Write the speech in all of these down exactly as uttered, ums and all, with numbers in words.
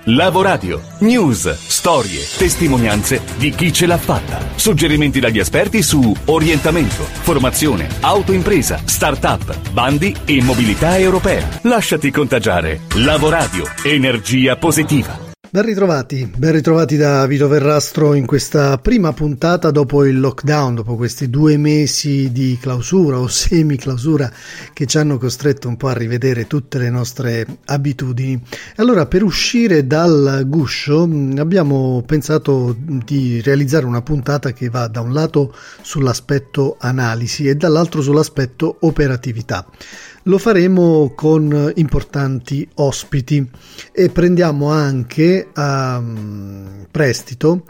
Lavoradio. News, storie, testimonianze di chi ce l'ha fatta. Suggerimenti dagli esperti su orientamento, formazione, autoimpresa, start-up, bandi e mobilità europea. Lasciati contagiare. Lavoradio. Energia positiva. Ben ritrovati, ben ritrovati da Vito Verrastro in questa prima puntata dopo il lockdown, dopo questi due mesi di clausura o semi-clausura che ci hanno costretto un po' a rivedere tutte le nostre abitudini. E allora, per uscire dal guscio abbiamo pensato di realizzare una puntata che va da un lato sull'aspetto analisi e dall'altro sull'aspetto operatività. Lo faremo con importanti ospiti e prendiamo anche a prestito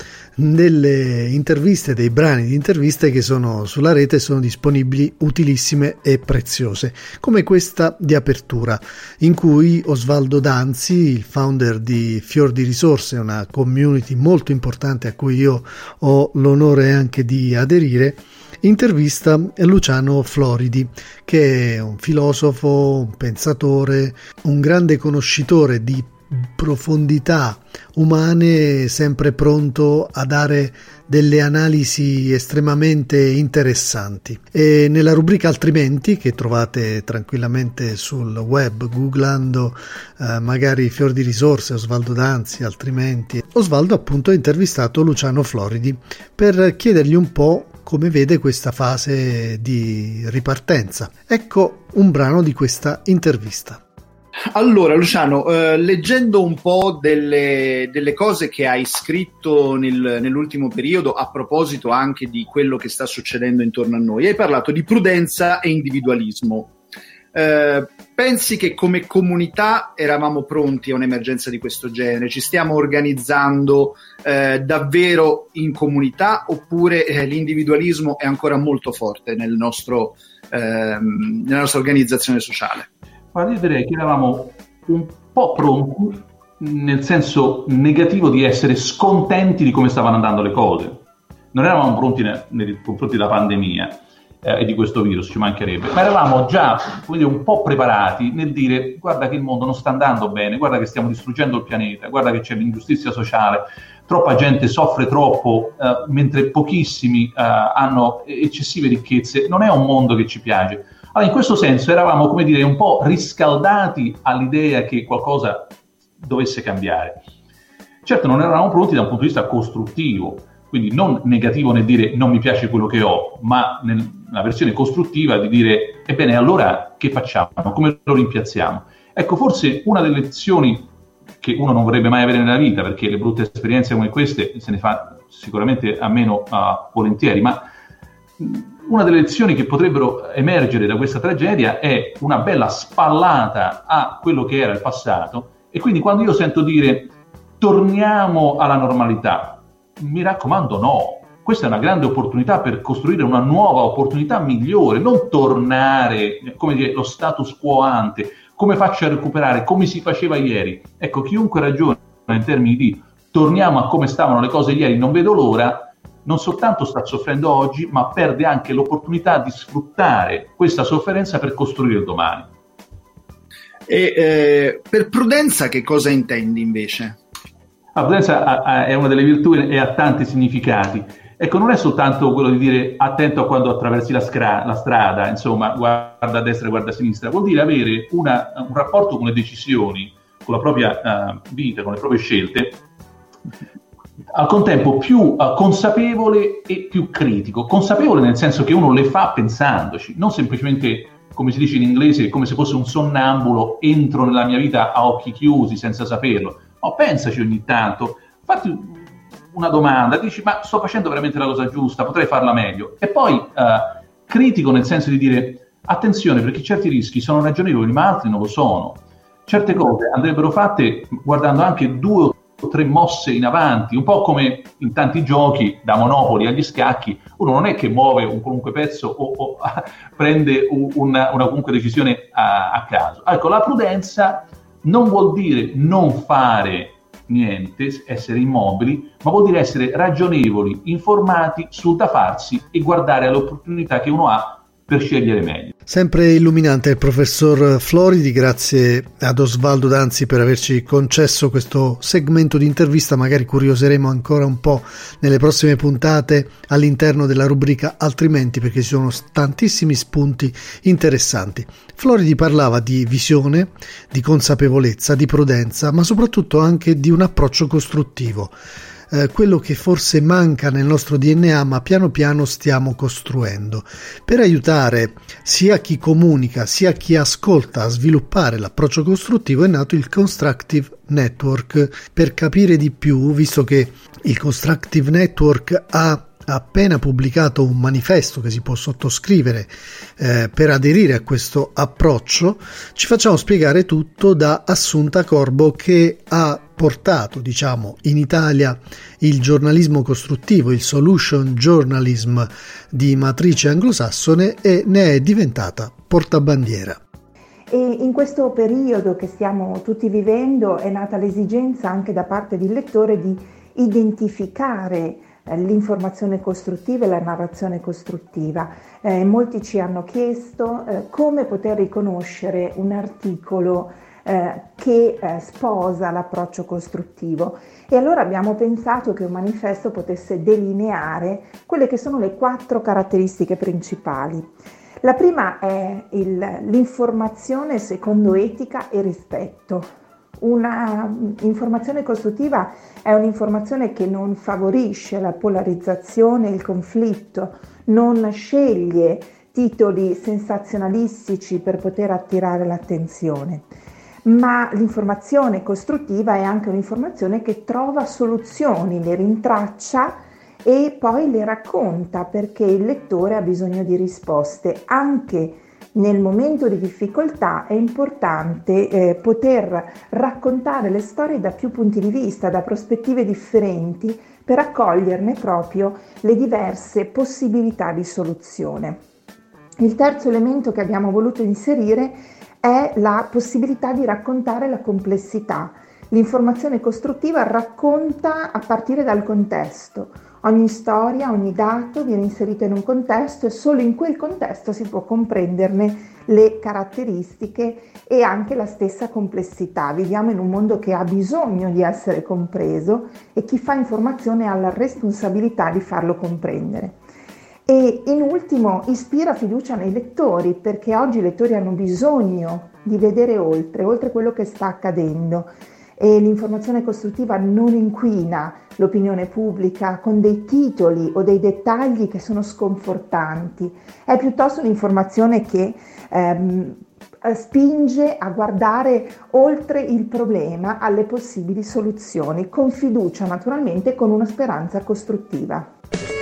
delle interviste, dei brani di interviste che sono sulla rete e sono disponibili, utilissime e preziose, come questa di apertura, in cui Osvaldo Danzi, il founder di Fior di Risorse, una community molto importante a cui io ho l'onore anche di aderire, intervista Luciano Floridi, che è un filosofo, un pensatore, un grande conoscitore di profondità umane, sempre pronto a dare delle analisi estremamente interessanti. E nella rubrica altrimenti, che trovate tranquillamente sul web googlando eh, magari Fior di Risorse, Osvaldo Danzi, altrimenti, Osvaldo appunto ha intervistato Luciano Floridi per chiedergli un po' come vede questa fase di ripartenza. Ecco un brano di questa intervista. Allora Luciano, eh, leggendo un po' delle, delle cose che hai scritto nel, nell'ultimo periodo a proposito anche di quello che sta succedendo intorno a noi, hai parlato di prudenza e individualismo. Eh, pensi che come comunità eravamo pronti a un'emergenza di questo genere? Ci stiamo organizzando eh, davvero in comunità, oppure eh, l'individualismo è ancora molto forte nel nostro, eh, nella nostra organizzazione sociale? Guarda, io direi che eravamo un po' pronti, nel senso negativo di essere scontenti di come stavano andando le cose. Non eravamo pronti nei, nei confronti della pandemia eh, e di questo virus, ci mancherebbe, ma eravamo già quindi un po' preparati nel dire: guarda che il mondo non sta andando bene, guarda che stiamo distruggendo il pianeta, guarda che c'è l'ingiustizia sociale, troppa gente soffre troppo eh, mentre pochissimi eh, hanno eccessive ricchezze, non è un mondo che ci piace. Allora, in questo senso eravamo, come dire, un po' riscaldati all'idea che qualcosa dovesse cambiare. Certo, non eravamo pronti da un punto di vista costruttivo, quindi non negativo nel dire non mi piace quello che ho, ma nella versione costruttiva di dire: ebbene, allora che facciamo? Come lo rimpiazziamo? Ecco, forse una delle lezioni che uno non vorrebbe mai avere nella vita, perché le brutte esperienze come queste se ne fa sicuramente a meno uh, volentieri, ma una delle lezioni che potrebbero emergere da questa tragedia è una bella spallata a quello che era il passato. E quindi quando io sento dire torniamo alla normalità, mi raccomando, no, questa è una grande opportunità per costruire una nuova opportunità migliore, non tornare, come dire, lo status quo ante, come faccio a recuperare, come si faceva ieri. Ecco, chiunque ragiona in termini di torniamo a come stavano le cose ieri, non vedo l'ora, non soltanto sta soffrendo oggi, ma perde anche l'opportunità di sfruttare questa sofferenza per costruire il domani. E eh, per prudenza che cosa intendi invece? La prudenza ha, ha, è una delle virtù e ha tanti significati. Ecco, non è soltanto quello di dire attento a quando attraversi la, scra- la strada, insomma, guarda a destra e guarda a sinistra, vuol dire avere una, un rapporto con le decisioni, con la propria uh, vita, con le proprie scelte, al contempo più uh, consapevole e più critico. Consapevole nel senso che uno le fa pensandoci, non semplicemente, come si dice in inglese, come se fosse un sonnambulo, entro nella mia vita a occhi chiusi senza saperlo. No, pensaci ogni tanto, fatti una domanda, dici: ma sto facendo veramente la cosa giusta, potrei farla meglio. E poi uh, critico nel senso di dire: attenzione, perché certi rischi sono ragionevoli ma altri non lo sono. Certe cose andrebbero fatte guardando anche due o tre mosse in avanti, un po' come in tanti giochi, da Monopoli agli scacchi, uno non è che muove un qualunque pezzo o, o prende una, una qualunque decisione a, a caso. Ecco, la prudenza non vuol dire non fare niente, essere immobili, ma vuol dire essere ragionevoli, informati sul da farsi e guardare alle opportunità che uno ha per scegliere meglio. Sempre illuminante il professor Floridi, grazie ad Osvaldo Danzi per averci concesso questo segmento di intervista. Magari curioseremo ancora un po' nelle prossime puntate all'interno della rubrica Altrimenti, perché ci sono tantissimi spunti interessanti. Floridi parlava di visione, di consapevolezza, di prudenza, ma soprattutto anche di un approccio costruttivo. Eh, quello che forse manca nel nostro D N A, ma piano piano stiamo costruendo, per aiutare sia chi comunica sia chi ascolta a sviluppare l'approccio costruttivo. È nato il Constructive Network. Per capire di più, visto che il Constructive Network ha appena pubblicato un manifesto che si può sottoscrivere eh, per aderire a questo approccio, ci facciamo spiegare tutto da Assunta Corbo, che ha portato, diciamo, in Italia il giornalismo costruttivo, il solution journalism di matrice anglosassone, e ne è diventata portabandiera. E in questo periodo che stiamo tutti vivendo è nata l'esigenza anche da parte del lettore di identificare l'informazione costruttiva e la narrazione costruttiva. Eh, molti ci hanno chiesto eh, come poter riconoscere un articolo eh, che eh, sposa l'approccio costruttivo, e allora abbiamo pensato che un manifesto potesse delineare quelle che sono le quattro caratteristiche principali. La prima è il, l'informazione secondo etica e rispetto. Una informazione costruttiva è un'informazione che non favorisce la polarizzazione, il conflitto, non sceglie titoli sensazionalistici per poter attirare l'attenzione, ma l'informazione costruttiva è anche un'informazione che trova soluzioni, le rintraccia e poi le racconta, perché il lettore ha bisogno di risposte. Anche nel momento di difficoltà è importante eh, poter raccontare le storie da più punti di vista, da prospettive differenti, per accoglierne proprio le diverse possibilità di soluzione. Il terzo elemento che abbiamo voluto inserire è la possibilità di raccontare la complessità. L'informazione costruttiva racconta a partire dal contesto. Ogni storia, ogni dato viene inserito in un contesto e solo in quel contesto si può comprenderne le caratteristiche e anche la stessa complessità. Viviamo in un mondo che ha bisogno di essere compreso e chi fa informazione ha la responsabilità di farlo comprendere. E in ultimo ispira fiducia nei lettori, perché oggi i lettori hanno bisogno di vedere oltre, oltre quello che sta accadendo. E l'informazione costruttiva non inquina l'opinione pubblica con dei titoli o dei dettagli che sono sconfortanti. È piuttosto un'informazione che ehm, spinge a guardare oltre il problema alle possibili soluzioni, con fiducia naturalmente, con una speranza costruttiva.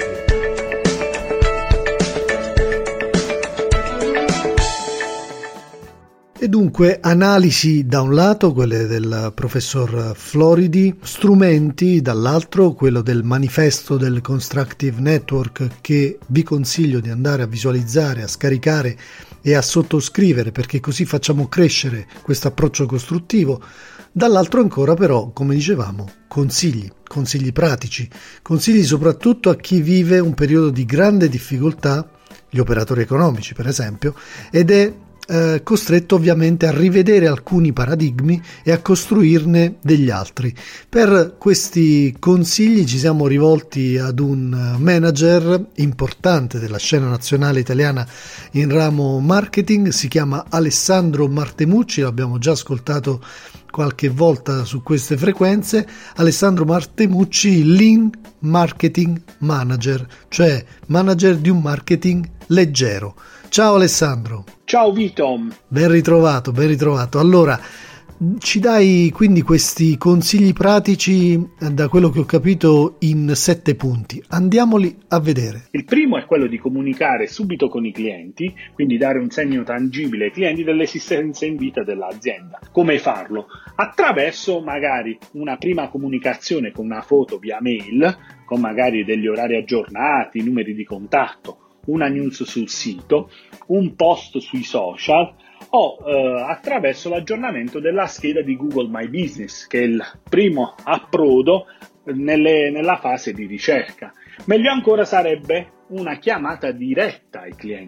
E dunque analisi da un lato, quelle del professor Floridi, strumenti dall'altro, quello del manifesto del Constructive Network, che vi consiglio di andare a visualizzare, a scaricare e a sottoscrivere, perché così facciamo crescere questo approccio costruttivo. Dall'altro ancora però, come dicevamo, consigli, consigli pratici, consigli soprattutto a chi vive un periodo di grande difficoltà, gli operatori economici per esempio, ed è Eh, costretto ovviamente a rivedere alcuni paradigmi e a costruirne degli altri. Per questi consigli ci siamo rivolti ad un manager importante della scena nazionale italiana in ramo marketing, si chiama Alessandro Martemucci, l'abbiamo già ascoltato qualche volta su queste frequenze. Alessandro Martemucci, Lean Marketing Manager, cioè manager di un marketing leggero. Ciao Alessandro. Ciao Vito. Ben ritrovato, ben ritrovato. Allora, ci dai quindi questi consigli pratici, da quello che ho capito, in sette punti. Andiamoli a vedere. Il primo è quello di comunicare subito con i clienti, quindi dare un segno tangibile ai clienti dell'esistenza in vita dell'azienda. Come farlo? Attraverso magari una prima comunicazione con una foto via mail, con magari degli orari aggiornati, numeri di contatto, una news sul sito, un post sui social o eh, attraverso l'aggiornamento della scheda di Google My Business, che è il primo approdo nelle, nella fase di ricerca. Meglio ancora sarebbe una chiamata diretta ai clienti,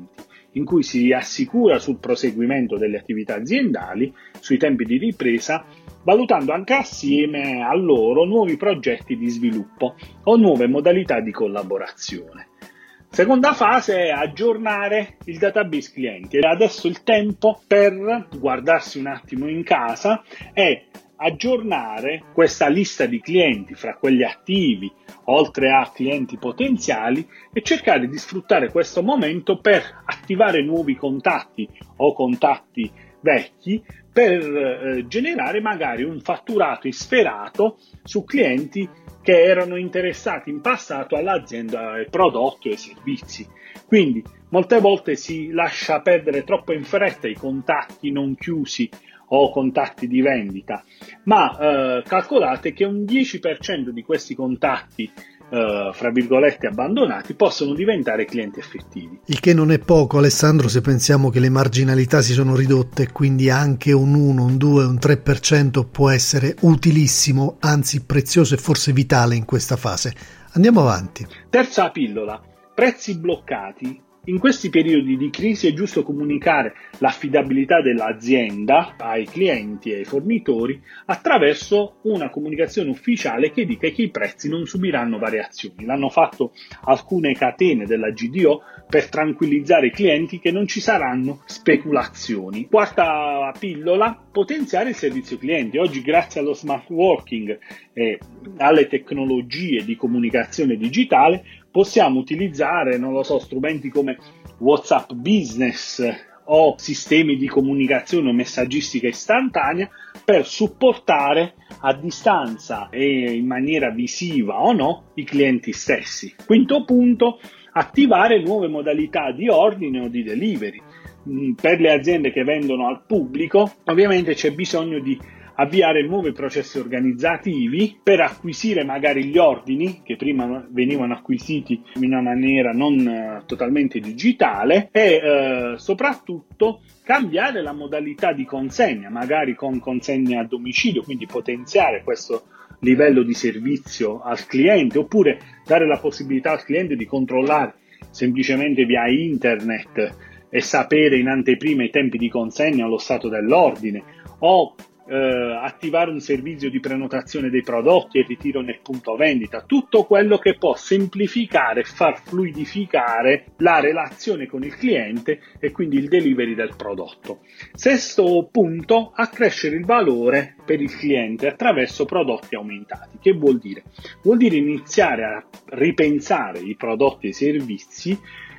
in cui si assicura sul proseguimento delle attività aziendali, sui tempi di ripresa, valutando anche assieme a loro nuovi progetti di sviluppo o nuove modalità di collaborazione. Seconda fase è aggiornare il database clienti. Adesso il tempo per guardarsi un attimo in casa e aggiornare questa lista di clienti fra quelli attivi, oltre a clienti potenziali, e cercare di sfruttare questo momento per attivare nuovi contatti o contatti vecchi per eh, generare magari un fatturato insferato su clienti che erano interessati in passato all'azienda, ai prodotti o ai servizi. Quindi molte volte si lascia perdere troppo in fretta i contatti non chiusi o contatti di vendita, ma eh, calcolate che un dieci per cento di questi contatti Uh, fra virgolette abbandonati possono diventare clienti effettivi. Il che non è poco, Alessandro, se pensiamo che le marginalità si sono ridotte, quindi anche un uno, un due, un tre per cento può essere utilissimo, anzi prezioso e forse vitale in questa fase. Andiamo avanti. Terza pillola: prezzi bloccati. In questi periodi di crisi è giusto comunicare l'affidabilità dell'azienda ai clienti e ai fornitori attraverso una comunicazione ufficiale che dica che i prezzi non subiranno variazioni. L'hanno fatto alcune catene della G D O per tranquillizzare i clienti che non ci saranno speculazioni. Quarta pillola: potenziare il servizio clienti. Oggi, grazie allo smart working e alle tecnologie di comunicazione digitale, possiamo utilizzare, non lo so, strumenti come WhatsApp Business o sistemi di comunicazione o messaggistica istantanea per supportare a distanza e in maniera visiva o no i clienti stessi. Quinto punto: attivare nuove modalità di ordine o di delivery. Per le aziende che vendono al pubblico, ovviamente c'è bisogno di avviare nuovi processi organizzativi per acquisire magari gli ordini che prima venivano acquisiti in una maniera non uh, totalmente digitale e uh, soprattutto cambiare la modalità di consegna, magari con consegna a domicilio, quindi potenziare questo livello di servizio al cliente, oppure dare la possibilità al cliente di controllare semplicemente via internet e sapere in anteprima i tempi di consegna o lo stato dell'ordine, o Uh, attivare un servizio di prenotazione dei prodotti e ritiro nel punto vendita. Tutto quello che può semplificare e far fluidificare la relazione con il cliente e quindi il delivery del prodotto. Sesto punto: accrescere il valore per il cliente attraverso prodotti aumentati. Che vuol dire? Vuol dire iniziare a ripensare i prodotti e i servizi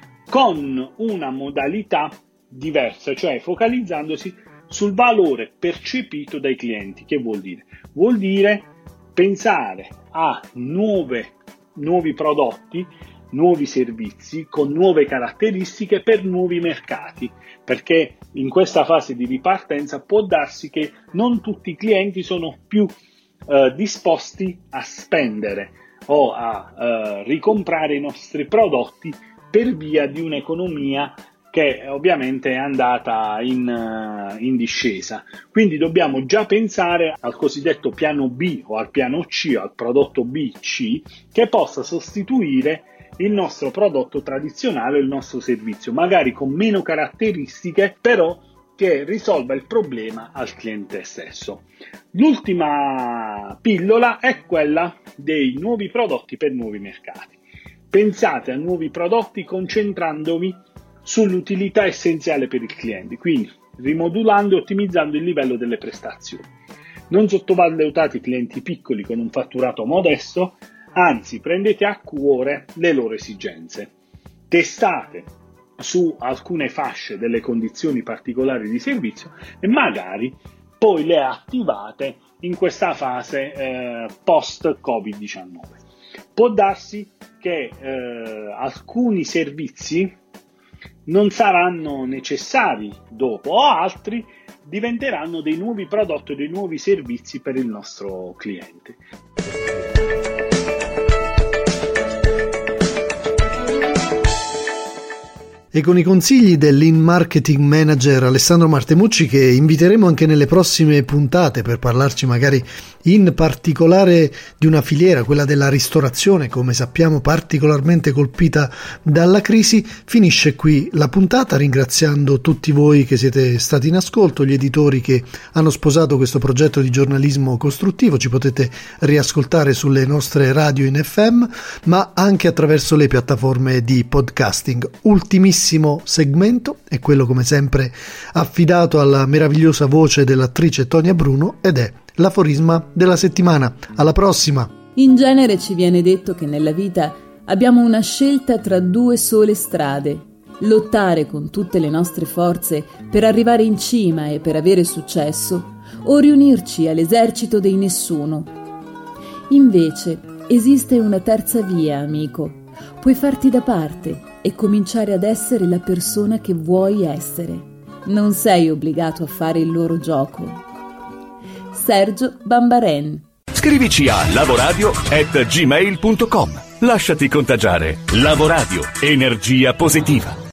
con una modalità diversa, cioè focalizzandosi sul valore percepito dai clienti. Che vuol dire? Vuol dire pensare a nuove, nuovi prodotti, nuovi servizi con nuove caratteristiche per nuovi mercati, perché in questa fase di ripartenza può darsi che non tutti i clienti sono più eh, disposti a spendere o a eh, ricomprare i nostri prodotti per via di un'economia che ovviamente è andata in, uh, in discesa. Quindi dobbiamo già pensare al cosiddetto piano B o al piano C, al prodotto B C, che possa sostituire il nostro prodotto tradizionale, il nostro servizio, magari con meno caratteristiche, però che risolva il problema al cliente stesso. L'ultima pillola è quella dei nuovi prodotti per nuovi mercati. Pensate a nuovi prodotti concentrandovi sull'utilità essenziale per il cliente, quindi rimodulando e ottimizzando il livello delle prestazioni. Non sottovalutate i clienti piccoli con un fatturato modesto, anzi prendete a cuore le loro esigenze. Testate su alcune fasce delle condizioni particolari di servizio e magari poi le attivate in questa fase eh, post covid diciannove. Può darsi che eh, alcuni servizi non saranno necessari dopo, o altri diventeranno dei nuovi prodotti o dei nuovi servizi per il nostro cliente. E con i consigli dell'in marketing manager Alessandro Martemucci, che inviteremo anche nelle prossime puntate per parlarci magari in particolare di una filiera, quella della ristorazione, come sappiamo particolarmente colpita dalla crisi, finisce qui la puntata, ringraziando tutti voi che siete stati in ascolto, gli editori che hanno sposato questo progetto di giornalismo costruttivo. Ci potete riascoltare sulle nostre radio in F M, ma anche attraverso le piattaforme di podcasting. Ultimissimo segmento è quello, come sempre, affidato alla meravigliosa voce dell'attrice Tonia Bruno, ed è l'aforisma della settimana. Alla prossima! In genere ci viene detto che nella vita abbiamo una scelta tra due sole strade: lottare con tutte le nostre forze per arrivare in cima e per avere successo, o riunirci all'esercito dei nessuno. Invece esiste una terza via, amico. Puoi farti da parte e cominciare ad essere la persona che vuoi essere. Non sei obbligato a fare il loro gioco. Sergio Bambaren. Scrivici a lavoradio at gmail punto com. Lasciati contagiare. Lavoradio, energia positiva.